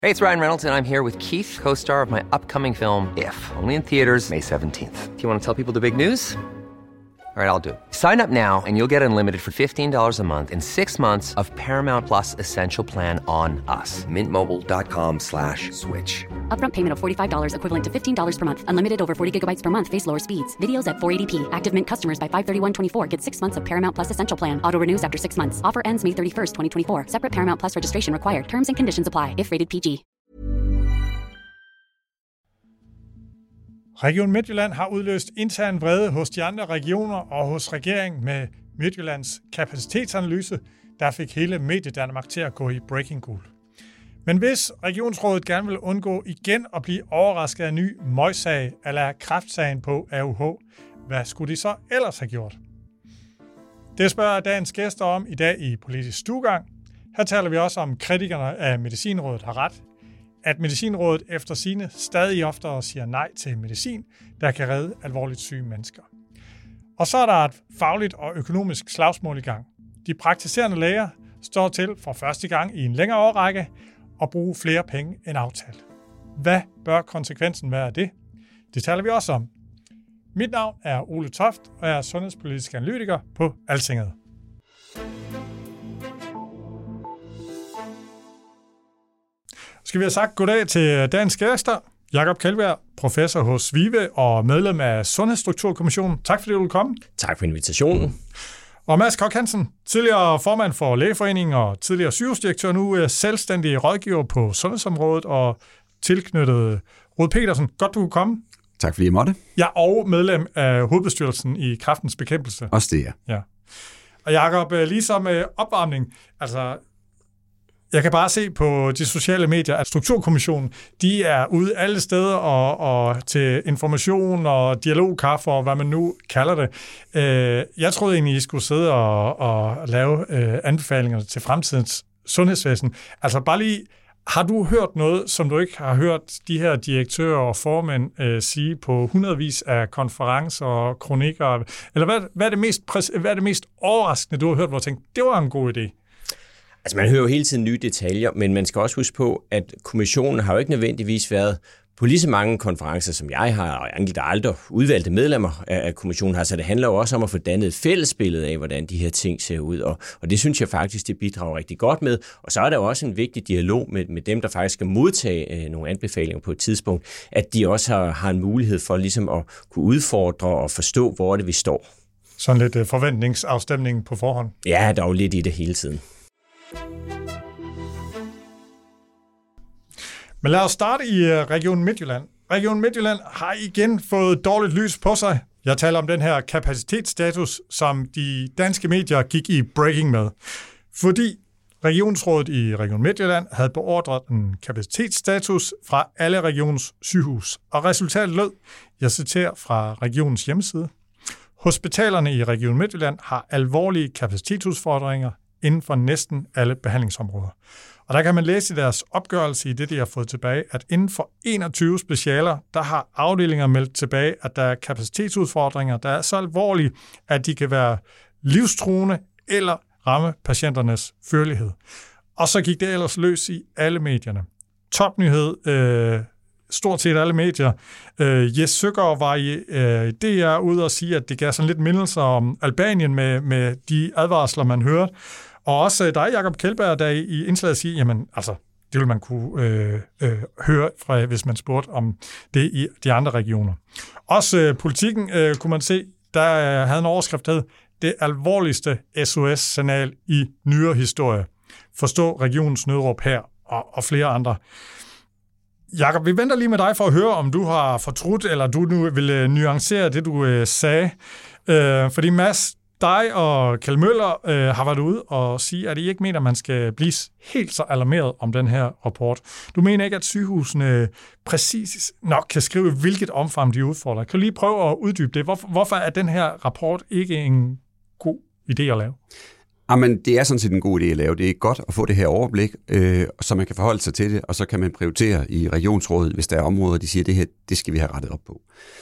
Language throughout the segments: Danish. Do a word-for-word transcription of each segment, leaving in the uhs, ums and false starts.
Hey, it's Ryan Reynolds, and I'm here with Keith, co-star of my upcoming film, If, only in theaters May seventeenth. Do you want to tell people the big news? All right, I'll do it. Sign up now and you'll get unlimited for fifteen dollars a month and six months of Paramount Plus Essential Plan on us. Mint Mobile dot com slash switch. Upfront payment of forty-five dollars equivalent to fifteen dollars per month. Unlimited over forty gigabytes per month. Face lower speeds. Videos at four eighty p. Active Mint customers by five thirty-one twenty-four get six months of Paramount Plus Essential Plan. Auto renews after six months. Offer ends May thirty-first, twenty twenty-four. Separate Paramount Plus registration required. Terms and conditions apply if rated P G. Region Midtjylland har udløst intern vrede hos de andre regioner og hos regeringen med Midtjyllands kapacitetsanalyse, der fik hele Mediedanmark til at gå i breaking gul. Men hvis regionsrådet gerne vil undgå igen at blive overrasket af en ny møgssag eller kræftsagen på A U H, hvad skulle de så ellers have gjort? Det spørger dagens gæster om i dag i Politisk Stuegang. Her taler vi også om kritikerne af Medicinrådet har ret, at Medicinrådet efter sigende stadig oftere siger nej til medicin, der kan redde alvorligt syge mennesker. Og så er der et fagligt og økonomisk slagsmål i gang. De praktiserende læger står til for første gang i en længere årrække at bruge flere penge end aftalt. Hvad bør konsekvensen være af det? Det taler vi også om. Mit navn er Ole Toft, og jeg er sundhedspolitisk analytiker på Altinget. Skal vi have sagt goddag til dagens gæster. Jakob Kjeldberg, professor hos VIVE og medlem af Sundhedsstrukturkommissionen. Tak fordi du vil komme. Tak for invitationen. Og Mads Koch Hansen, tidligere formand for Lægeforeningen og tidligere sygehusdirektør, nu selvstændig rådgiver på sundhedsområdet og tilknyttet Rud Petersen. Godt, du kunne komme. Tak fordi jeg måtte. Ja, og medlem af hovedbestyrelsen i Kræftens Bekæmpelse. Også det, ja. Ja. Og Jakob, ligesom opvarmning, altså jeg kan bare se på de sociale medier, at Strukturkommissionen, de er ude alle steder og, og til information og dialogkaffe og hvad man nu kalder det. Jeg troede egentlig, I skulle sidde og, og lave anbefalinger til fremtidens sundhedsvæsen. Altså bare lige, har du hørt noget, som du ikke har hørt de her direktører og formænd øh, sige på hundredvis af konferencer og kronikker? Eller hvad, hvad, er det mest, hvad er det mest overraskende, du har hørt, hvor du tænkte, det var en god idé? Altså man hører jo hele tiden nye detaljer, men man skal også huske på, at kommissionen har jo ikke nødvendigvis været på lige så mange konferencer, som jeg har, og enkelte andre udvalgte medlemmer af kommissionen har, så det handler jo også om at få dannet et fælles billede af, hvordan de her ting ser ud, og, og det synes jeg faktisk, det bidrager rigtig godt med. Og så er der jo også en vigtig dialog med, med dem, der faktisk skal modtage øh, nogle anbefalinger på et tidspunkt, at de også har, har en mulighed for ligesom at kunne udfordre og forstå, hvor det vi står. Sådan lidt øh, forventningsafstemning på forhånd. Ja, der er jo lidt i det hele tiden. Men lad os starte i Region Midtjylland. Region Midtjylland har igen fået dårligt lys på sig. Jeg taler om den her kapacitetsstatus, som de danske medier gik i breaking med. Fordi Regionsrådet i Region Midtjylland havde beordret en kapacitetsstatus fra alle regionens sygehus. Og resultatet lød, jeg citerer fra regionens hjemmeside: hospitalerne i Region Midtjylland har alvorlige kapacitetsudfordringer inden for næsten alle behandlingsområder. Og der kan man læse i deres opgørelse i det, de har fået tilbage, at inden for enogtyve specialer, der har afdelinger meldt tilbage, at der er kapacitetsudfordringer, der er så alvorlige, at de kan være livstruende eller ramme patienternes førlighed. Og så gik det ellers løs i alle medierne. Topnyhed, øh, stort set alle medier. Øh, Jes Søgaard var i øh, D R ude og sige, at det gav sådan lidt mindelser om Albanien med, med de advarsler, man hørte. Og også dig, Jakob Kjeldberg, der i indslaget siger, jamen altså, det vil man kunne øh, øh, høre, fra, hvis man spurgte om det i de andre regioner. Også øh, Politikken øh, kunne man se, der øh, havde en overskrift, der hed, det alvorligste S O S-signal i nyere historie. Forstå regionens nødråb her og, og flere andre. Jakob, vi venter lige med dig for at høre, om du har fortrudt, eller du nu vil øh, nuancere det, du øh, sagde. Øh, fordi Mads, dig og Kjeld Møller øh, har været ude og sige, at I ikke mener, at man skal blive helt så alarmeret om den her rapport. Du mener ikke, at sygehusene præcis nok kan skrive, hvilket omfang de udfordrer. Kan du lige prøve at uddybe det? Hvorfor, hvorfor er den her rapport ikke en god idé at lave? Jamen, det er sådan set en god idé at lave. Det er godt at få det her overblik, øh, så man kan forholde sig til det, og så kan man prioritere i regionsrådet, hvis der er områder, de siger, at det her, det skal vi have rettet op på.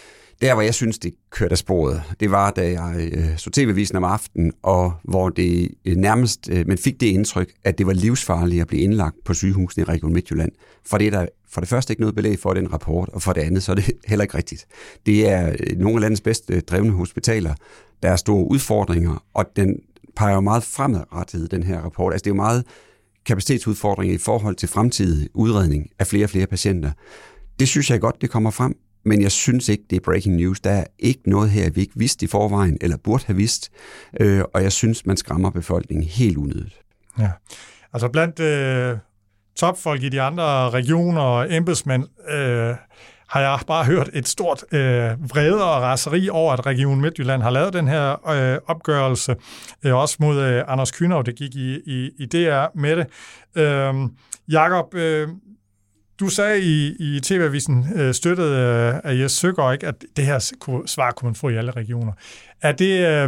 Der, hvor jeg synes, det kørte af sporet, det var, da jeg øh, så T V-avisen om aftenen, og hvor det øh, nærmest, øh, man fik det indtryk, at det var livsfarligt at blive indlagt på sygehusene i Region Midtjylland. For det er der for det første ikke noget belæg for den rapport, og for det andet, så er det heller ikke rigtigt. Det er øh, nogle af landets bedst drevne hospitaler, der er store udfordringer, og den peger jo meget fremadrettet, den her rapport. Altså det er jo meget kapacitetsudfordringer i forhold til fremtidig udredning af flere og flere patienter. Det synes jeg godt, det kommer frem. Men jeg synes ikke, det er breaking news. Der er ikke noget her, vi ikke vidste i forvejen, eller burde have vidst. Øh, og jeg synes, man skræmmer befolkningen helt unødigt. Ja, altså blandt øh, topfolk i de andre regioner og embedsmænd, øh, har jeg bare hørt et stort øh, vrede og raseri over, at Region Midtjylland har lavet den her øh, opgørelse. Øh, også mod øh, Anders Kühnau, det gik i, i, i D R med det. Øh, Jakob, øh, du sagde i, i T V-avisen, øh, støttet øh, af Jes Søgaard, ikke, at det her kunne, svar kunne man få i alle regioner. Er, det, øh,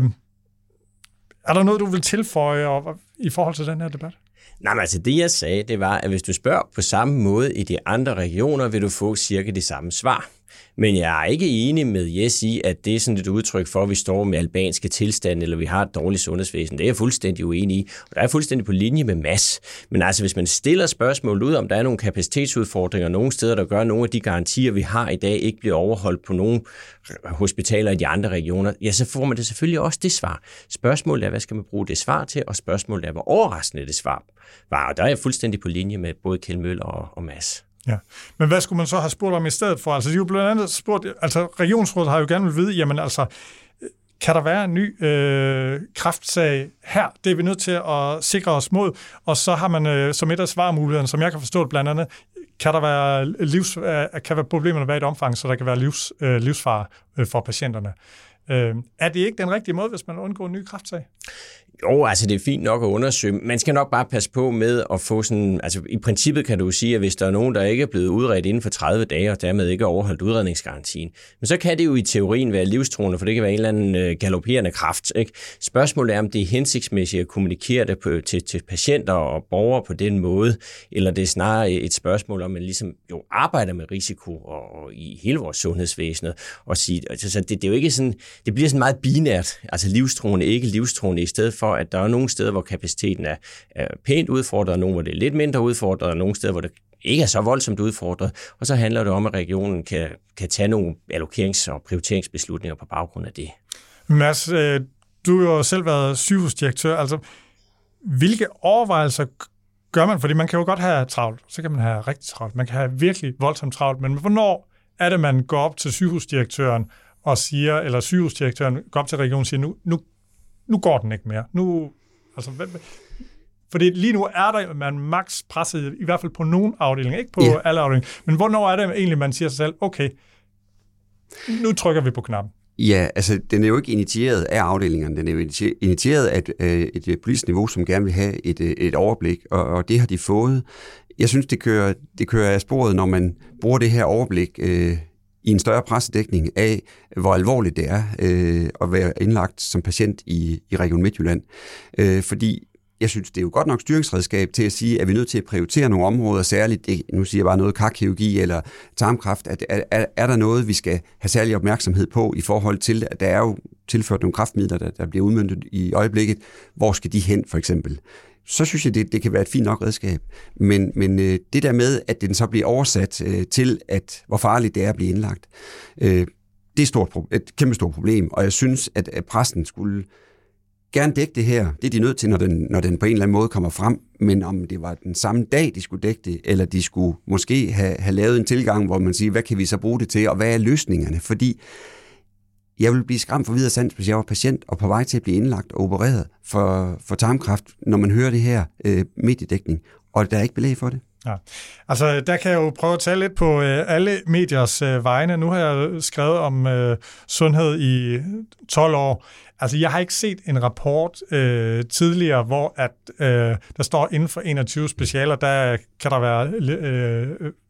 er der noget, du vil tilføje og, i forhold til den her debat? Nej, men altså det, jeg sagde, det var, at hvis du spørger på samme måde i de andre regioner, vil du få cirka det samme svar. Men jeg er ikke enig med Jes i, at det er sådan et udtryk for, at vi står med albanske tilstande, eller vi har et dårligt sundhedsvæsen. Det er jeg fuldstændig uenig i, og der er fuldstændig på linje med Mads. Men altså, hvis man stiller spørgsmål ud, om der er nogle kapacitetsudfordringer nogle steder, der gør, at nogle af de garantier, vi har i dag, ikke bliver overholdt på nogle hospitaler i de andre regioner, ja, så får man det selvfølgelig også det svar. Spørgsmålet er, hvad skal man bruge det svar til, og spørgsmålet er, hvor overraskende det svar var. Og der er jeg fuldstændig på linje med både Kjeld Møller og, og Mads. Ja, men hvad skulle man så have spurgt om i stedet for? Altså, de er jo blandt andet spurgt, altså regionsrådet har jo gerne vil vide, jamen altså, kan der være en ny øh, kræftsag her? Det er vi nødt til at sikre os mod. Og så har man øh, som et af svarmulighederne, som jeg kan forstå det blandt andet, kan der være livs, øh, kan være problemerne være i et omfang, så der kan være livs, øh, livsfare øh, for patienterne. Øh, er det ikke den rigtige måde, hvis man undgår en ny kræftsag? Jo, altså det er fint nok at undersøge. Man skal nok bare passe på med at få sådan... Altså i princippet kan du sige, at hvis der er nogen, der ikke er blevet udredt inden for tredive dage, og dermed ikke har overholdt udredningsgarantien, men så kan det jo i teorien være livstruende, for det kan være en eller anden galopperende kræft. Ikke? Spørgsmålet er, om det er hensigtsmæssigt at kommunikere det på, til, til patienter og borgere på den måde, eller det er snarere et spørgsmål om, at man ligesom jo arbejder med risiko og, og i hele vores sundhedsvæsen og sige... Altså, så det, det er jo ikke sådan... Det bliver sådan meget binært, altså livstruende, ikke livstruende, i stedet for, at der er nogle steder, hvor kapaciteten er, er pænt udfordret, og nogle, hvor det er lidt mindre udfordret, og nogle steder, hvor det ikke er så voldsomt udfordret. Og så handler det om, at regionen kan, kan tage nogle allokerings- og prioriteringsbeslutninger på baggrund af det. Mads, du har jo selv været sygehusdirektør. Altså, hvilke overvejelser gør man? Fordi man kan jo godt have travlt, så kan man have rigtig travlt. Man kan have virkelig voldsomt travlt, men hvornår er det, man går op til sygehusdirektøren og siger, eller sygehusdirektøren går op til regionen og siger, nu, nu Nu går den ikke mere. Nu, altså, fordi lige nu er der man max presset, i hvert fald på nogle afdelinger, ikke på yeah. alle afdelinger. Men hvornår er det egentlig, man siger sig selv, okay, nu trykker vi på knappen? Ja, altså den er jo ikke initieret af afdelingerne, den er jo initieret af et, et politisk niveau, som gerne vil have et, et overblik, og, og det har de fået. Jeg synes, det kører, det kører af sporet, når man bruger det her overblik øh, i en større pressedækning af, hvor alvorligt det er øh, at være indlagt som patient i, i Region Midtjylland. Øh, fordi jeg synes, det er jo godt nok styringsredskab til at sige, at vi er nødt til at prioritere nogle områder, særligt, det, nu siger jeg bare noget karkirurgi eller tarmkræft, at er, er, er der noget, vi skal have særlig opmærksomhed på i forhold til, at der er jo tilført nogle kræftmidler, der, der bliver udmøntet i øjeblikket. Hvor skal de hen, for eksempel? Så synes jeg, det, det kan være et fint nok redskab. Men, men øh, det der med, at den så bliver oversat øh, til, at hvor farligt det er at blive indlagt, øh, det er et, stort, et kæmpe stort problem, og jeg synes, at, at pressen skulle gerne dække det her. Det er de nødt til, når den, når den på en eller anden måde kommer frem, men om det var den samme dag, de skulle dække det, eller de skulle måske have, have lavet en tilgang, hvor man siger, hvad kan vi så bruge det til, og hvad er løsningerne? Fordi jeg ville blive skræmt for videre sandt, hvis jeg var patient og på vej til at blive indlagt og opereret for, for tarmkræft, når man hører det her øh, mediedækning, og der er ikke belæg for det. Ja. Altså, der kan jeg jo prøve at tale lidt på øh, alle mediers øh, vegne. Nu har jeg skrevet om øh, sundhed i tolv år. Altså, jeg har ikke set en rapport øh, tidligere, hvor at, øh, der står inden for enogtyve specialer, der kan der være øh,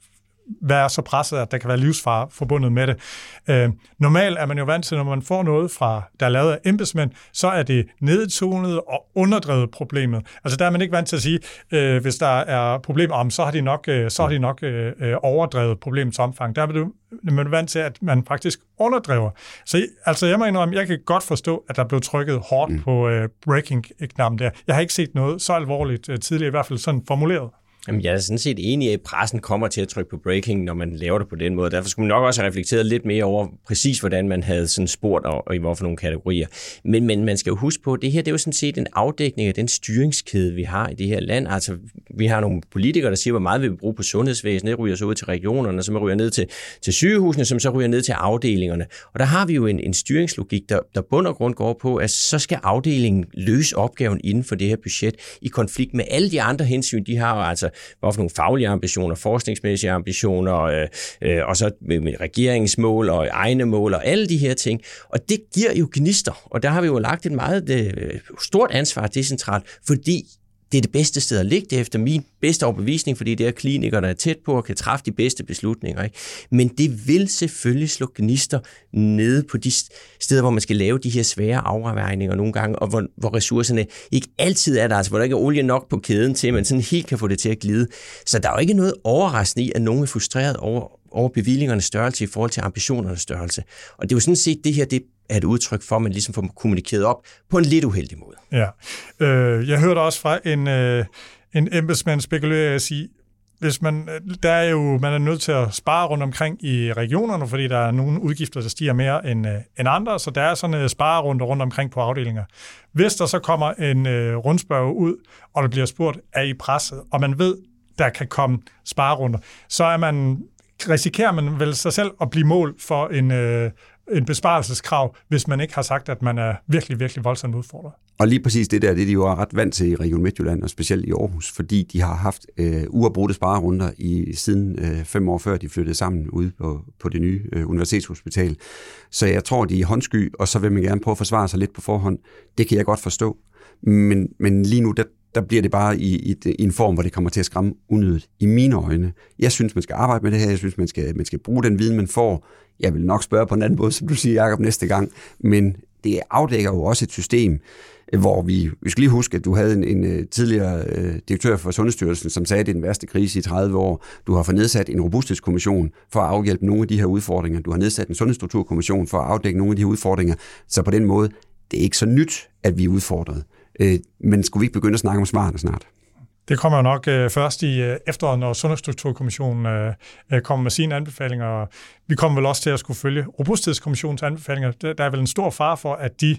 være så presset, at der kan være livsfare forbundet med det. Øh, normalt er man jo vant til, når man får noget fra, der er lavet af embedsmænd, så er det nedtonet og underdrevet problemet. Altså der er man ikke vant til at sige, øh, hvis der er problemer om, så har de nok, øh, så har de nok øh, overdrevet problemets omfang. Der er man vant til, at man faktisk underdriver. Så altså jeg må indrømme, jeg kan godt forstå, at der blev trykket hårdt mm. på øh, breaking-knappen der. Jeg har ikke set noget så alvorligt øh, tidligere, i hvert fald sådan formuleret. Jamen, jeg er sådan set enig i, at pressen kommer til at trykke på breaking, når man laver det på den måde. Derfor skulle man nok også have reflekteret lidt mere over præcis, hvordan man havde sådan spurgt og, og i hvorfor nogle kategorier. Men, men man skal jo huske på, at det her det er jo sådan set en afdækning af den styringskæde, vi har i det her land. Altså, vi har nogle politikere, der siger, hvor meget vi vil bruge på sundhedsvæsenet. Det ryger så ud til regionerne, som ryger ned til, til sygehusene, som så ryger ned til afdelingerne. Og der har vi jo en, en styringslogik, der, der bund og grund går på, at så skal afdelingen løse opgaven inden for det her budget i konflikt med alle de andre hensyn, de har altså hvorfor nogle faglige ambitioner, forskningsmæssige ambitioner, øh, øh, og så med, med regeringsmål og egne mål og alle de her ting. Og det giver jo gnister, og der har vi jo lagt et meget øh, stort ansvar decentralt, fordi det er det bedste sted at ligge. Det er efter min bedste overbevisning, fordi det er klinikere, der er tæt på og kan træffe de bedste beslutninger. Ikke? Men det vil selvfølgelig slå gnister nede på de steder, hvor man skal lave de her svære afvejninger nogle gange, og hvor, hvor ressourcerne ikke altid er der, altså hvor der ikke er olie nok på kæden til, at man sådan helt kan få det til at glide. Så der er jo ikke noget overraskende i, at nogen er frustreret over, over bevillingernes størrelse i forhold til ambitionernes størrelse. Og det er jo sådan set det her, det er et udtryk for, at man ligesom får kommunikeret op på en lidt uheldig måde. Ja. Øh, jeg hørte også fra en, øh, en embedsmand spekulere at sige, hvis man, der er jo, man er nødt til at spare rundt omkring i regionerne, fordi der er nogle udgifter, der stiger mere end, øh, end andre, så der er sådan en sparerunde rundt omkring på afdelinger. Hvis der så kommer en øh, rundspørge ud, og der bliver spurgt, er I presset, og man ved, der kan komme sparerunder, så er man, risikerer man vel sig selv at blive mål for en øh, en besparelseskrav, hvis man ikke har sagt, at man er virkelig, virkelig voldsomt udfordret. Og lige præcis det der, det er de jo ret vant til i Region Midtjylland, og specielt i Aarhus, fordi de har haft øh, uafbrudte sparerunder i, siden øh, fem år før de flyttede sammen ude på, på det nye øh, universitetshospital. Så jeg tror, de er håndsky, og så vil man gerne prøve at forsvare sig lidt på forhånd. Det kan jeg godt forstå. Men, men lige nu, der, der bliver det bare i, i, i en form, hvor det kommer til at skræmme unødigt i mine øjne. Jeg synes, man skal arbejde med det her. Jeg synes, man skal, man skal bruge den viden, man får. Jeg vil nok spørge på en anden måde, som du siger, Jacob, næste gang. Men det afdækker jo også et system, hvor vi, vi skal lige huske, at du havde en, en tidligere øh, direktør for Sundhedsstyrelsen, som sagde, at det er den værste krise i tredive år. Du har fået nedsat en robusthedskommission for at afhjælpe nogle af de her udfordringer. Du har nedsat en sundhedsstrukturkommission for at afdække nogle af de her udfordringer. Så på den måde, det er ikke så nyt, at vi er udfordret. Øh, men skulle vi ikke begynde at snakke om svarene snart? Det kommer jo nok øh, først i øh, efteråret, når Sundhedsstrukturkommissionen øh, øh, kommer med sine anbefalinger. Vi kommer vel også til at skulle følge Robusthedskommissionens anbefalinger. Der, der er vel en stor fare for, at de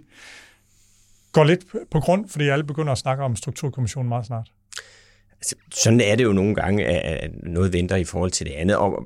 går lidt på grund, fordi alle begynder at snakke om Strukturkommissionen meget snart. Sådan er det jo nogle gange, at noget venter i forhold til det andet. Og,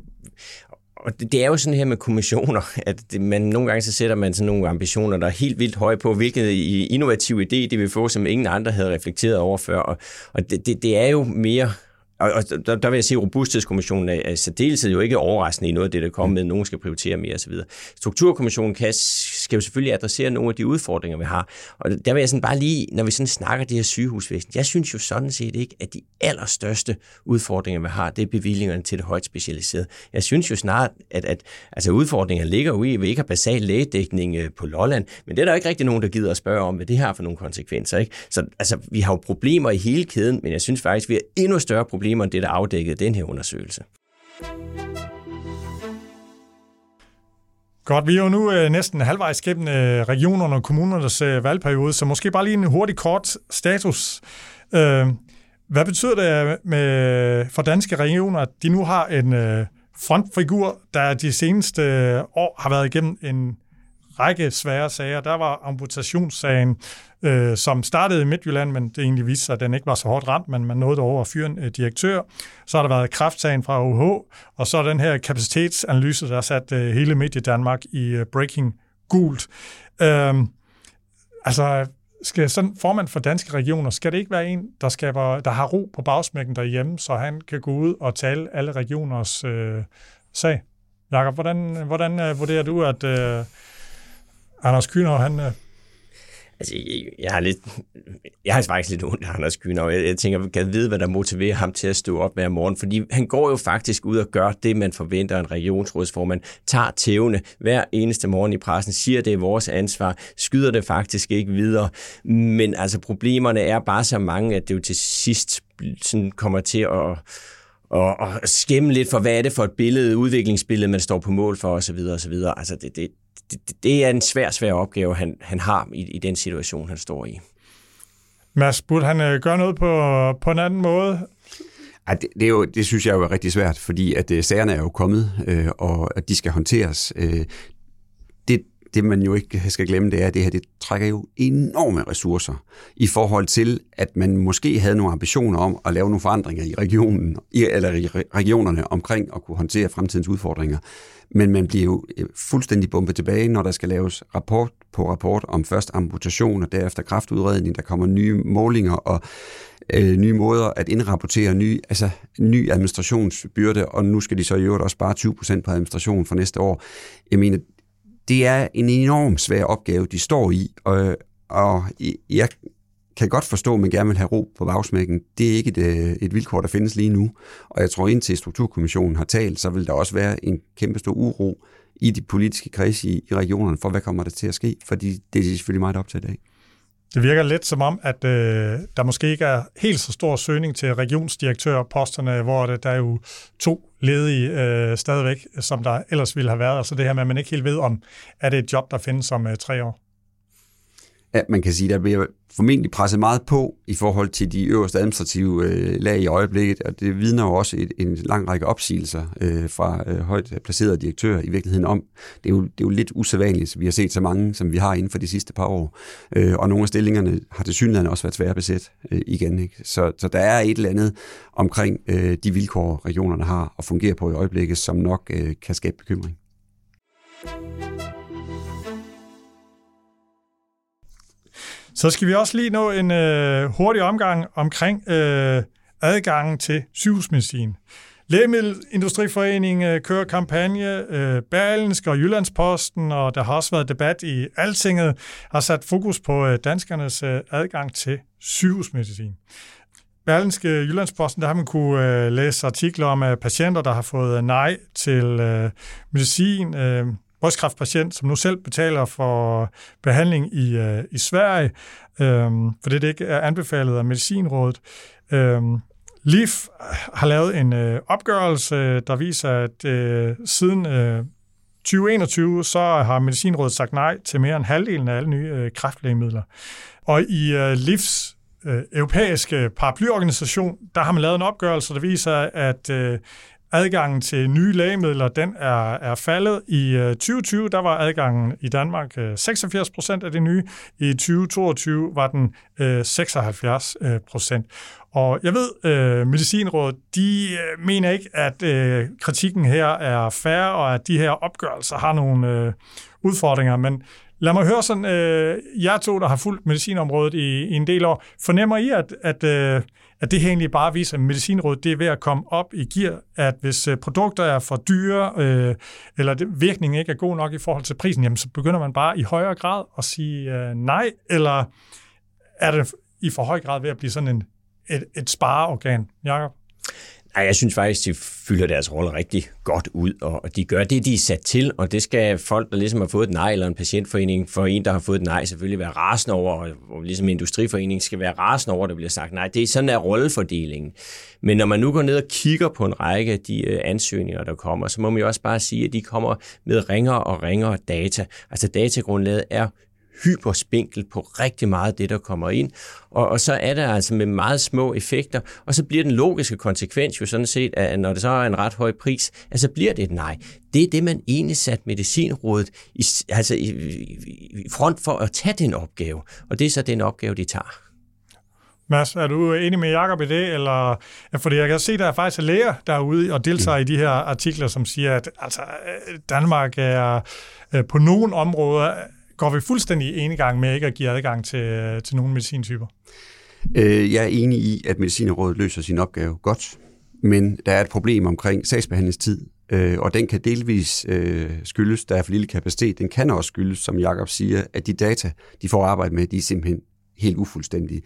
og det er jo sådan her med kommissioner, at det, man, nogle gange så sætter man sådan nogle ambitioner, der er helt vildt høje på, hvilken innovativ idé det vil få, som ingen andre havde reflekteret over før. Og, og det, det, det er jo mere... Og, og der, der vil jeg sige, at Robusthedskommissionen er, er særdeleshed jo ikke overraskende i noget af det, der kommer med, nogen skal prioritere mere osv. Strukturkommissionen kan, skal jo selvfølgelig adressere nogle af de udfordringer, vi har. Og der vil jeg sådan bare lige, når vi sådan snakker det her sygehusvæsen, jeg synes jo sådan set ikke, at de allerstørste udfordringer, vi har, det er bevillingerne til det højt specialiserede. Jeg synes jo snart, at, at altså udfordringerne ligger jo i, at vi ikke har basal lægedækning på Lolland, men det er der ikke rigtig nogen, der gider at spørge om, hvad det har for nogle konsekvenser. Ikke? Så altså, vi har jo problemer i hele kæden, men jeg synes faktisk, vi har endnu større problemer end det, der afdækkede den her undersøgelse. Godt, vi er jo nu øh, næsten halvvejs gennem øh, regionerne og kommunernes øh, valgperiode, så måske bare lige en hurtig kort status. Øh, hvad betyder det med, for danske regioner, at de nu har en øh, frontfigur, der de seneste øh, år har været igennem en række svære sager? Der var amputationssagen, øh, som startede i Midtjylland, men det egentlig viste sig, at den ikke var så hårdt ramt, men man nåede over at fyre en øh, direktør. Så har der været kræftsagen fra O H, og så den her kapacitetsanalyse, der har sat øh, hele Medie Danmark i øh, breaking gult. Øh, altså, skal sådan formand for danske regioner, skal det ikke være en, der, skaber, der har ro på bagsmækken derhjemme, så han kan gå ud og tale alle regioners øh, sag? Jakob, hvordan, hvordan øh, vurderer du, at øh, Anders Kühnau, han... Øh... Altså, jeg, jeg har lidt, jeg har faktisk lidt ondt af Anders Kühnau. Jeg, jeg tænker, jeg kan vide, hvad der motiverer ham til at stå op hver morgen, fordi han går jo faktisk ud og gør det, man forventer af en regionsrådsformand, tager tævne hver eneste morgen i pressen, siger, det er vores ansvar, skyder det faktisk ikke videre. Men altså, problemerne er bare så mange, at det jo til sidst sådan kommer til at og, og skæmme lidt for, hvad er det for et billede, udviklingsbillede, man står på mål for, osv. osv. Altså, det, det, det, det er en svær, svær opgave, han, han har i, i den situation, han står i. Mads, burde han øh, gøre noget på, på en anden måde? Ja, det, det, er jo, det synes jeg jo er rigtig svært, fordi at øh, sagerne er jo kommet, øh, og at de skal håndteres. Øh, det, det, man jo ikke skal glemme, det er, at det her det trækker jo enorme ressourcer i forhold til, at man måske havde nogle ambitioner om at lave nogle forandringer i regionen, i, eller i regionerne omkring at kunne håndtere fremtidens udfordringer. Men man bliver jo fuldstændig bumpet tilbage, når der skal laves rapport på rapport om først amputation og derefter kræftudredning. Der kommer nye målinger og øh, nye måder at indrapportere, ny, altså ny administrationsbyrde, og nu skal de så i øvrigt også spare tyve procent på administration for næste år. Jeg mener, det er en enorm svær opgave, de står i, og, og jeg kan godt forstå, at man gerne vil have ro på bagsmækken. Det er ikke et, et vilkår, der findes lige nu. Og jeg tror, indtil Strukturkommissionen har talt, så vil der også være en kæmpe stor uro i de politiske kredse i, i regionerne, for hvad kommer der til at ske? Fordi det er de selvfølgelig meget optaget af. Det virker lidt som om, at øh, der måske ikke er helt så stor søgning til regionsdirektørposterne, hvor det, der er jo to ledige øh, stadigvæk, som der ellers ville have været. Altså det her med, at man ikke helt ved, om er det et job, der findes om øh, tre år. Ja, man kan sige, at der bliver formentlig presset meget på i forhold til de øverste administrative øh, lag i øjeblikket, og det vidner jo også et, en lang række opsigelser øh, fra øh, højt placerede direktører i virkeligheden om. Det er, jo, det er jo lidt usædvanligt, vi har set så mange, som vi har inden for de sidste par år, øh, og nogle af stillingerne har tilsyneladende også været svære at besætte øh, igen. Ikke? Så, så der er et eller andet omkring øh, de vilkår, regionerne har at fungere på i øjeblikket, som nok øh, kan skabe bekymring. Så skal vi også lige nå en øh, hurtig omgang omkring øh, adgangen til sygehusmedicin. Lægemiddelindustriforeningen øh, kører kampagne, øh, Berlingske og Jyllandsposten, og der har også været debat i Altinget, har sat fokus på øh, danskernes øh, adgang til sygehusmedicin. Berlingske Jyllandsposten, der har man kunne øh, læse artikler om øh, patienter, der har fået nej til øh, medicin, øh, brystkræftpatient, som nu selv betaler for behandling i, øh, i Sverige, øh, fordi det ikke er anbefalet af Medicinrådet. Øh, L I F har lavet en øh, opgørelse, der viser, at øh, siden øh, tyve enogtyve, så har Medicinrådet sagt nej til mere end halvdelen af alle nye øh, kræftlægemidler. Og i øh, L I F's øh, europæiske paraplyorganisation, der har man lavet en opgørelse, der viser, at øh, adgangen til nye lægemidler, den er, er faldet. I øh, tyve tyve, der var adgangen i Danmark øh, seksogfirs procent af det nye. I tyve toogtyve var den øh, seksoghalvfjerds procent. Og jeg ved, øh, Medicinrådet, de øh, mener ikke, at øh, kritikken her er fair, og at de her opgørelser har nogle øh, udfordringer, men lad mig høre sådan, øh, jer to, der har fulgt medicinområdet i, i en del år, fornemmer I, at, at, øh, at det her egentlig bare viser, at Medicinrådet det er ved at komme op i gear, at hvis øh, produkter er for dyre, øh, eller det, virkningen ikke er god nok i forhold til prisen, jamen så begynder man bare i højere grad at sige øh, nej, eller er det i for høj grad ved at blive sådan en, et, et spareorgan? Jakob? Nej, jeg synes faktisk, de fylder deres rolle rigtig godt ud, og de gør det, de er sat til, og det skal folk, der ligesom har fået et nej, eller en patientforening for en, der har fået et nej, selvfølgelig være rasende over, og ligesom industriforeningen skal være rasende over, der bliver sagt nej. Det er sådan, der rollefordelingen. Men når man nu går ned og kigger på en række af de ansøgninger, der kommer, så må man jo også bare sige, at de kommer med ringere og ringere data. Altså datagrundlaget er hyperspinkel på rigtig meget af det, der kommer ind. Og, og så er der altså med meget små effekter, og så bliver den logiske konsekvens jo sådan set, at når det så er en ret høj pris, altså bliver det et nej. Det er det, man egentlig sat Medicinrådet i, altså i, i front for at tage den opgave, og det er så den opgave, de tager. Mads, er du enig med Jakob i det? Eller, fordi jeg kan se, at der er faktisk læger derude og deltager mm. i de her artikler, som siger, at altså, Danmark er på nogle områder går vi fuldstændig enegang med ikke at give adgang til, til nogle medicintyper? Øh, jeg er enig i, at Medicinrådet løser sin opgave godt, men der er et problem omkring sagsbehandlingstid øh, og den kan delvis øh, skyldes, der er for lille kapacitet. Den kan også skyldes, som Jakob siger, at de data, de får arbejde med, de er simpelthen helt ufuldstændige.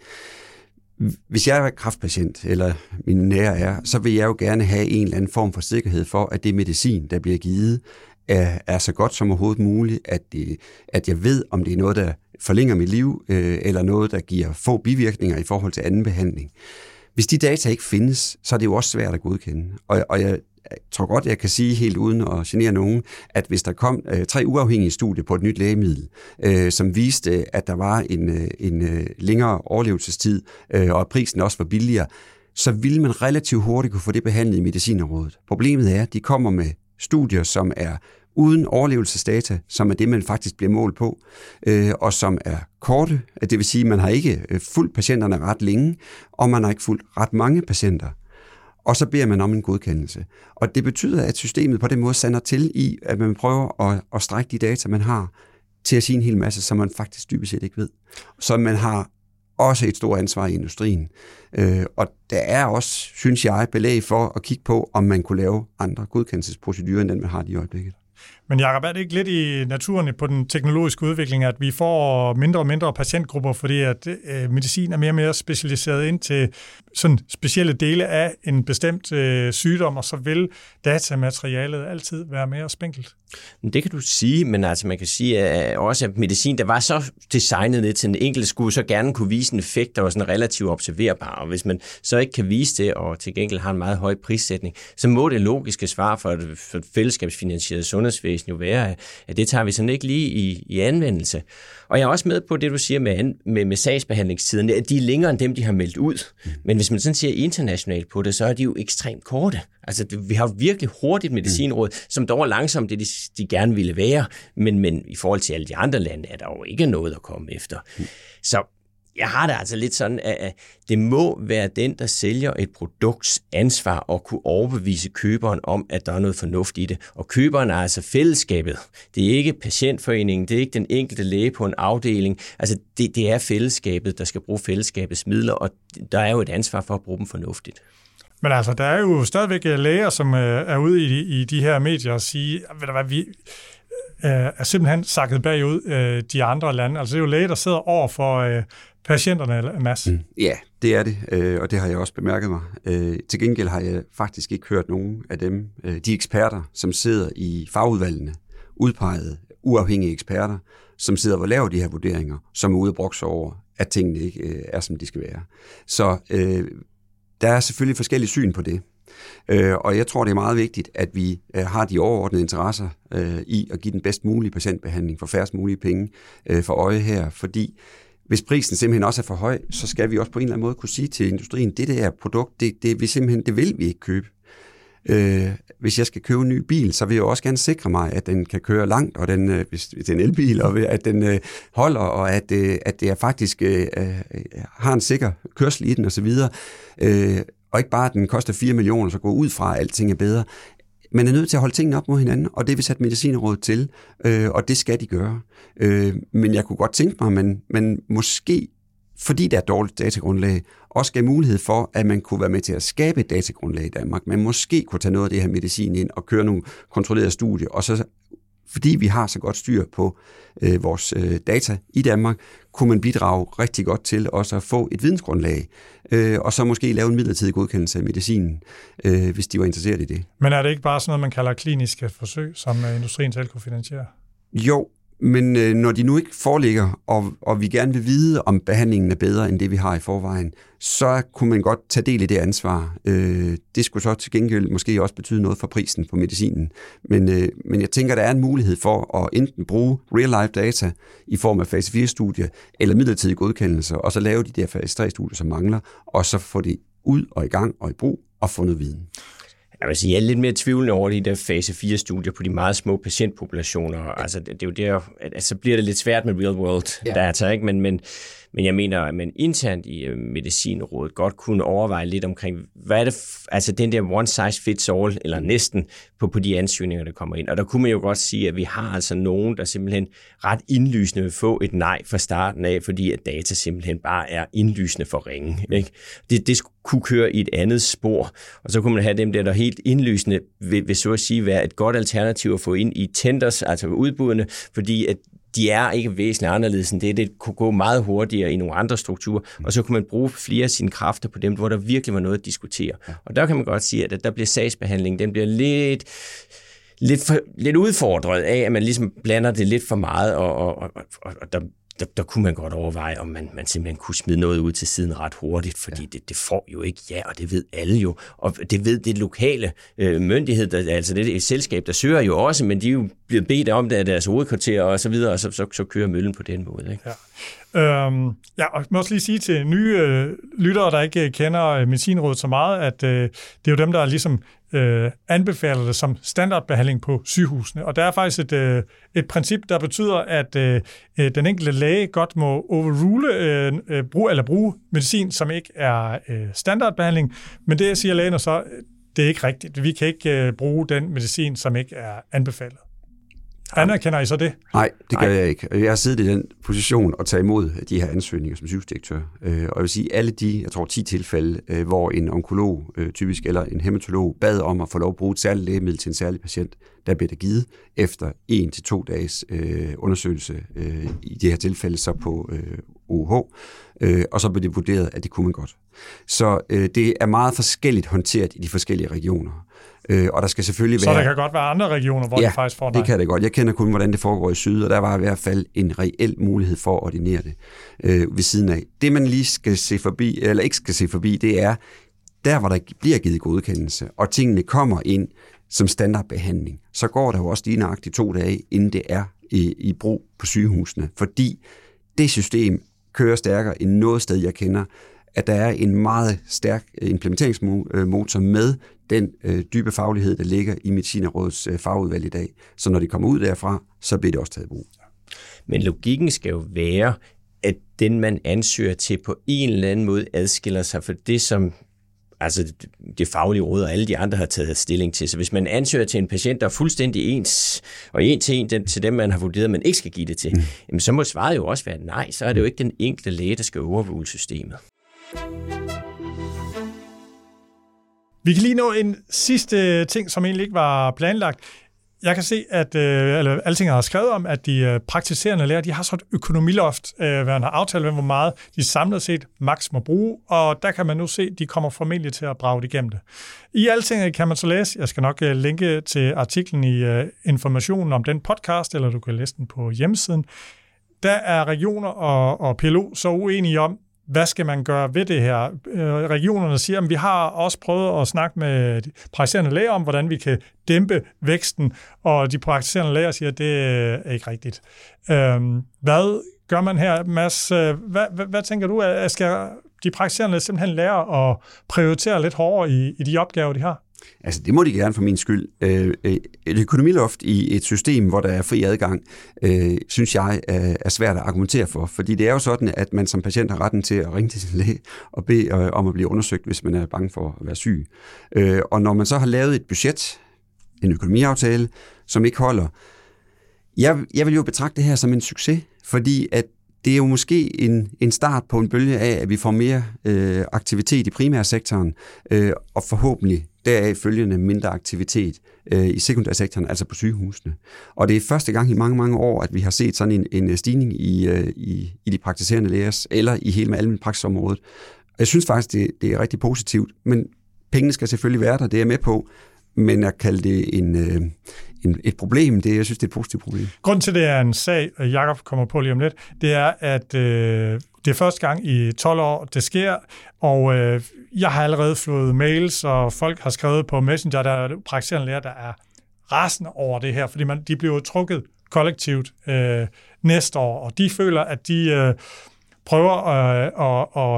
Hvis jeg er kræftpatient, eller mine nære er, så vil jeg jo gerne have en eller anden form for sikkerhed for, at det medicin, der bliver givet, er, er så godt som overhovedet muligt, at, det, at jeg ved, om det er noget, der forlænger mit liv, øh, eller noget, der giver få bivirkninger i forhold til anden behandling. Hvis de data ikke findes, så er det jo også svært at godkende. Og, og jeg tror godt, jeg kan sige helt uden at genere nogen, at hvis der kom øh, tre uafhængige studier på et nyt lægemiddel, øh, som viste, at der var en, øh, en øh, længere overlevelsestid, øh, og at prisen også var billigere, så ville man relativt hurtigt kunne få det behandlet i Medicinerrådet. Problemet er, at de kommer med studier, som er uden overlevelsesdata, som er det, man faktisk bliver målt på, øh, og som er korte. Det vil sige, at man har ikke fulgt patienterne ret længe, og man har ikke fulgt ret mange patienter. Og så beder man om en godkendelse. Og det betyder, at systemet på den måde sander til i, at man prøver at, at strække de data, man har, til at sige en hel masse, som man faktisk dybest set ikke ved. Så man har også et stort ansvar i industrien. Øh, og der er også, synes jeg, belæg for at kigge på, om man kunne lave andre godkendelsesprocedurer, end den man har i øjeblikket. Men Jakob, er det ikke lidt i naturen på den teknologiske udvikling, at vi får mindre og mindre patientgrupper, fordi at øh, medicin er mere og mere specialiseret ind til sådan specielle dele af en bestemt øh, sygdom, og så vil datamaterialet altid være mere spinkelt? Det kan du sige, men altså man kan sige at også, at medicin, der var så designet ned til den enkelte, skulle så gerne kunne vise en effekt, der var sådan relativt observerbar, og hvis man så ikke kan vise det, og til gengæld har en meget høj prissætning, så må det logiske svar for et, for et fællesskabsfinansieret sundhedsvæsen jo være, at det tager vi sådan ikke lige i, i anvendelse. Og jeg er også med på det, du siger med, med, med sagsbehandlingstiderne, at de er længere end dem, de har meldt ud. Men hvis man sådan siger internationalt på det, så er de jo ekstremt korte. Altså, det, vi har virkelig hurtigt medicinråd, som dog er langsomt det, de, de gerne ville være, men, men i forhold til alle de andre lande, er der jo ikke noget at komme efter. Så jeg har det altså lidt sådan, at det må være den, der sælger et produkts ansvar at kunne overbevise køberen om, at der er noget fornuft i det. Og køberen er altså fællesskabet. Det er ikke patientforeningen, det er ikke den enkelte læge på en afdeling. Altså det, det er fællesskabet, der skal bruge fællesskabets midler, og der er jo et ansvar for at bruge dem fornuftigt. Men altså, der er jo stadigvæk læger, som er ude i de, i de her medier og sige, ved du hvad, vi er simpelthen sakket bagud de andre lande. Altså det er jo læger, der sidder over for patienterne, Mads. Mm. Ja, det er det, og det har jeg også bemærket mig. Til gengæld har jeg faktisk ikke hørt nogen af dem, de eksperter, som sidder i fagudvalgene, udpegede uafhængige eksperter, som sidder og laver de her vurderinger, som er ude og brokse over, at tingene ikke er, som de skal være. Så øh, der er selvfølgelig forskellige syn på det. Øh, og jeg tror, det er meget vigtigt, at vi øh, har de overordnede interesser øh, i at give den bedst mulige patientbehandling for færrest mulige penge øh, for øje her, fordi hvis prisen simpelthen også er for høj, så skal vi også på en eller anden måde kunne sige til industrien, det der produkt, det, det, vi simpelthen, det vil vi ikke købe. Øh, hvis jeg skal købe en ny bil, så vil jeg også gerne sikre mig, at den kan køre langt, og den, øh, hvis det er en elbil, og at den øh, holder, og at, øh, at det er faktisk øh, har en sikker kørsel i den osv., øh, og ikke bare, at den koster fire millioner, så gå ud fra, at alting er bedre. Man er nødt til at holde tingene op mod hinanden, og det vil sætte Medicinerrådet til, øh, og det skal de gøre. Øh, men jeg kunne godt tænke mig, at man, man måske, fordi der er et dårligt datagrundlag, også gav mulighed for, at man kunne være med til at skabe et datagrundlag i Danmark. Man måske kunne tage noget af det her medicin ind og køre nogle kontrollerede studier, og så fordi vi har så godt styr på øh, vores øh, data i Danmark, kunne man bidrage rigtig godt til også at få et vidensgrundlag, øh, og så måske lave en midlertidig godkendelse af medicinen, øh, hvis de var interesseret i det. Men er det ikke bare sådan noget, man kalder kliniske forsøg, som industrien selv kunne finansiere? Jo, men øh, når de nu ikke foreligger, og, og vi gerne vil vide, om behandlingen er bedre end det, vi har i forvejen, så kunne man godt tage del i det ansvar. Øh, det skulle så til gengæld måske også betyde noget for prisen på medicinen. Men, øh, men jeg tænker, der er en mulighed for at enten bruge real-life data i form af fase fire-studier, eller midlertidige godkendelser, og så lave de der fase tre-studier, som mangler, og så få det ud og i gang og i brug, og få noget viden. Jeg vil sige, jeg er lidt mere tvivlende over de der fase fire-studier på de meget små patientpopulationer. Altså, det er jo der, at så bliver det lidt svært med real world ja. data, ikke? Men, men, Men jeg mener, at man internt i uh, Medicinrådet godt kunne overveje lidt omkring, hvad er det, f- altså den der one size fits all, eller næsten på, på de ansøgninger, der kommer ind. Og der kunne man jo godt sige, at vi har altså nogen, der simpelthen ret indlysende vil få et nej fra starten af, fordi at data simpelthen bare er indlysende for ringe. Ikke? Det, det kunne køre i et andet spor, og så kunne man have dem der, der helt indlysende vil, vil så at sige være et godt alternativ at få ind i tenders, altså udbuddene, fordi at de er ikke væsentligt anderledes end det. Det kunne gå meget hurtigere i nogle andre strukturer, og så kunne man bruge flere af sine kræfter på dem, hvor der virkelig var noget at diskutere. Og der kan man godt sige, at der bliver sagsbehandling, den bliver lidt, lidt, for, lidt udfordret af, at man ligesom blander det lidt for meget, og, og, og, og der Der, der kunne man godt overveje, om man, man simpelthen kunne smide noget ud til siden ret hurtigt, fordi ja. det, det får jo ikke ja, og det ved alle jo. Og det ved det lokale øh, myndighed, der, altså det er et selskab, der søger jo også, men de er jo blevet bedt om det af deres hovedkvarter og så videre, og så, så, så kører møllen på den måde. Ikke? Ja. Øhm, ja, og jeg må også lige sige til nye øh, lyttere, der ikke kender øh, Medicinrådet så meget, at øh, det er jo dem, der ligesom øh, anbefaler det som standardbehandling på sygehusene. Og der er faktisk et, øh, et princip, der betyder, at øh, den enkelte læge godt må overrule øh, øh, bruge, eller bruge medicin, som ikke er øh, standardbehandling. Men det siger lægen så, det er ikke rigtigt. Vi kan ikke øh, bruge den medicin, som ikke er anbefalet. Anerkender I så det? Nej, det gør Nej. jeg ikke. Jeg har siddet i den position og taget imod de her ansøgninger som sygehusdirektør. Og jeg vil sige, alle de, jeg tror ti tilfælde, hvor en onkolog typisk eller en hæmatolog bad om at få lov at bruge et særligt lægemiddel til en særlig patient, der blev det givet efter en til to dages øh, undersøgelse øh, i det her tilfælde så på øh, O H, øh, og så blev det vurderet, at det kunne man godt. Så øh, det er meget forskelligt håndteret i de forskellige regioner. Øh, og der skal selvfølgelig så være... Så der kan godt være andre regioner, hvor ja, det faktisk får nej? det kan det godt. Jeg kender kun, hvordan det foregår i syd, og der var i hvert fald en reel mulighed for at ordinere det øh, ved siden af. Det, man lige skal se forbi, eller ikke skal se forbi, det er, der hvor der bliver givet godkendelse, og tingene kommer ind som standardbehandling, så går der jo også lige nøjagtigt to dage, inden det er i, i brug på sygehusene. Fordi det system kører stærkere end noget sted, jeg kender, at der er en meget stærk implementeringsmotor med den øh, dybe faglighed, der ligger i Medicinrådets øh, fagudvalg i dag. Så når de kommer ud derfra, så bliver det også taget i brug. Men logikken skal jo være, at den, man ansøger til, på en eller anden måde adskiller sig for det, som altså det faglige råd og alle de andre har taget stilling til. Så hvis man ansøger til en patient, der er fuldstændig ens, og en til en den, til dem, man har vurderet, man ikke skal give det til, mm. jamen, så må svaret jo også være nej. Så er det jo ikke den enkelte læge, der skal overrule systemet. Vi kan lige nå en sidste ting, som egentlig ikke var planlagt. Jeg kan se, at øh, eller, Alting har skrevet om, at de øh, praktiserende læger, de har så et økonomiloft, øh, hvad man har aftalt med, hvor meget de samlet set maks må bruge, og der kan man nu se, at de kommer formentlig til at brage det igennem det. I Alting kan man så læse, jeg skal nok øh, linke til artiklen i øh, informationen om den podcast, eller du kan læse den på hjemmesiden. Der er regioner og, og P L O så uenige om, hvad skal man gøre ved det her? Regionerne siger, at vi har også prøvet at snakke med de praktiserende læger om, hvordan vi kan dæmpe væksten, og de praktiserende læger siger, at det er ikke rigtigt. Hvad gør man her, Mads? Hvad, hvad, hvad tænker du? Skal de praktiserende simpelthen lære at prioritere lidt hårdere i, i de opgaver, de har? Altså, det må de gerne for min skyld. Et økonomiloft i et system, hvor der er fri adgang, øh, synes jeg er svært at argumentere for. Fordi det er jo sådan, at man som patient har retten til at ringe til sin læge og bede om at blive undersøgt, hvis man er bange for at være syg. Og når man så har lavet et budget, en økonomiaftale, som ikke holder, jeg, jeg vil jo betragte det her som en succes, fordi at det er jo måske en, en start på en bølge af, at vi får mere øh, aktivitet i primærsektoren, øh, og forhåbentlig deraf følgende mindre aktivitet øh, i sekundærsektoren, altså på sygehusene. Og det er første gang i mange, mange år, at vi har set sådan en, en stigning i, øh, i, i de praktiserende lægers, eller i hele med almen praksisområdet. Jeg synes faktisk, det, det er rigtig positivt, men pengene skal selvfølgelig være der, det er jeg med på, men at kalde det en, øh, en, et problem, det, jeg synes, det er et positivt problem. Grunden til, det er en sag, Jakob kommer på lige om lidt, det er, at øh, det er første gang i tolv år, det sker, og øh, jeg har allerede fået mails, og folk har skrevet på Messenger, der er praktiserende læger, der er rasende over det her, fordi man, de bliver trukket kollektivt øh, næste år, og de føler, at de øh, prøver øh, at, at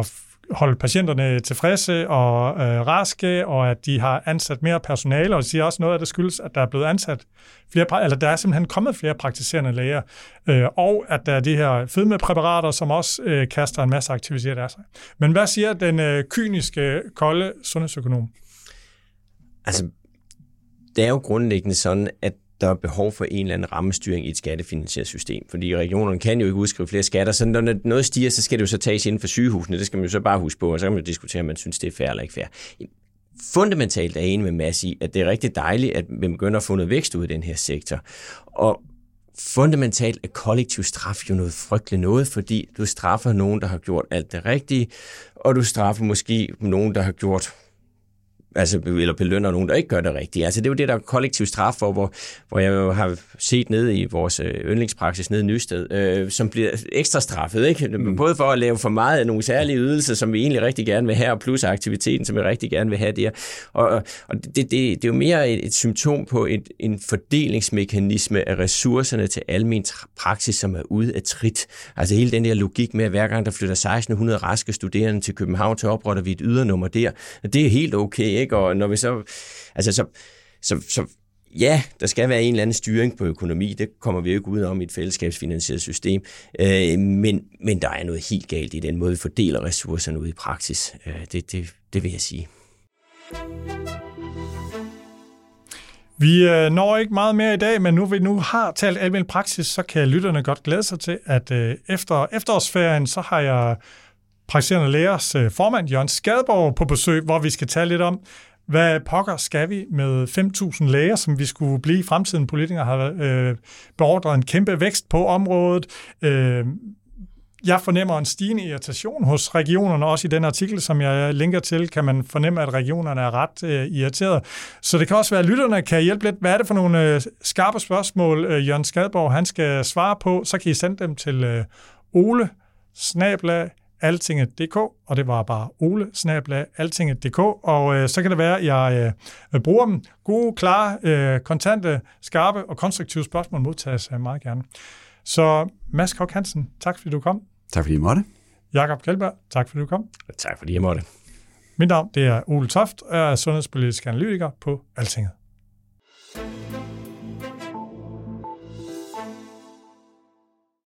holde patienterne tilfredse og øh, raske, og at de har ansat mere personale, og de siger også noget af det skyldes, at der er blevet ansat flere, eller der er simpelthen kommet flere praktiserende læger, øh, og at der er de her fedmepræparater, som også øh, kaster en masse aktivitet af sig. Men hvad siger den øh, kyniske, kolde sundhedsøkonom? Altså, det er jo grundlæggende sådan, at der er behov for en eller anden rammestyring i et skattefinansieret system, fordi regionerne kan jo ikke udskrive flere skatter, så når noget stiger, så skal det jo så tages inden for sygehusene, det skal man jo så bare huske på, og så kan man jo diskutere, om man synes, det er fair eller ikke fair. Fundamentalt er jeg enig med Mads i, at det er rigtig dejligt, at vi begynder at få noget vækst ud af den her sektor, og fundamentalt er kollektiv straf jo noget frygteligt noget, fordi du straffer nogen, der har gjort alt det rigtige, og du straffer måske nogen, der har gjort altså, eller belønner nogen, der ikke gør det rigtigt. Altså, det er jo det, der er kollektiv straf for, hvor, hvor jeg jo har set nede i vores yndlingspraksis nede i Nysted, øh, som bliver ekstra straffet, ikke? Mm. Både for at lave for meget af nogle særlige ydelser, som vi egentlig rigtig gerne vil have, og plus aktiviteten, som vi rigtig gerne vil have der. Og, og det, det, det er jo mere et, et symptom på et, en fordelingsmekanisme af ressourcerne til almen praksis, som er ude af trit. Altså hele den der logik med, at hver gang der flytter seksten hundrede raske studerende til København, så opretter vi et ydernummer der. Det er helt okay, ikke? Og når vi så, altså så, så, så, ja, der skal være en eller anden styring på økonomi, det kommer vi jo ikke ud om i et fællesskabsfinansieret system, øh, men, men der er noget helt galt i den måde, vi fordeler ressourcerne ud i praksis. Øh, det, det, det vil jeg sige. Vi øh, når ikke meget mere i dag, men nu vi nu har talt almen praksis, så kan lytterne godt glæde sig til, at øh, efter efterårsferien, så har jeg praktiserende lægers øh, formand, Jørgen Skadeborg, på besøg, hvor vi skal tale lidt om, hvad pokker skal vi med fem tusind læger, som vi skulle blive i fremtiden. Politikere har øh, beordret en kæmpe vækst på området. Øh, jeg fornemmer en stigende irritation hos regionerne, også i den artikel, som jeg linker til, kan man fornemme, at regionerne er ret øh, irriterede. Så det kan også være, at lytterne kan hjælpe lidt. Hvad er det for nogle øh, skarpe spørgsmål, øh, Jørgen Skadeborg han skal svare på? Så kan I sende dem til øh, Ole snabel-a altinget punktum d k, og det var bare Ole snabel-a altinget punktum d k, og øh, så kan det være, at jeg øh, bruger dem. Gode, klare, øh, kontante, skarpe og konstruktive spørgsmål modtages øh, meget gerne. Så Mads Koch Hansen, tak fordi du kom. Tak fordi I måtte. Jakob Kjeldberg, tak fordi du kom. Tak fordi jeg måtte. Mit navn det er Ole Toft, og jeg er sundhedspolitisk analytiker på Altinget.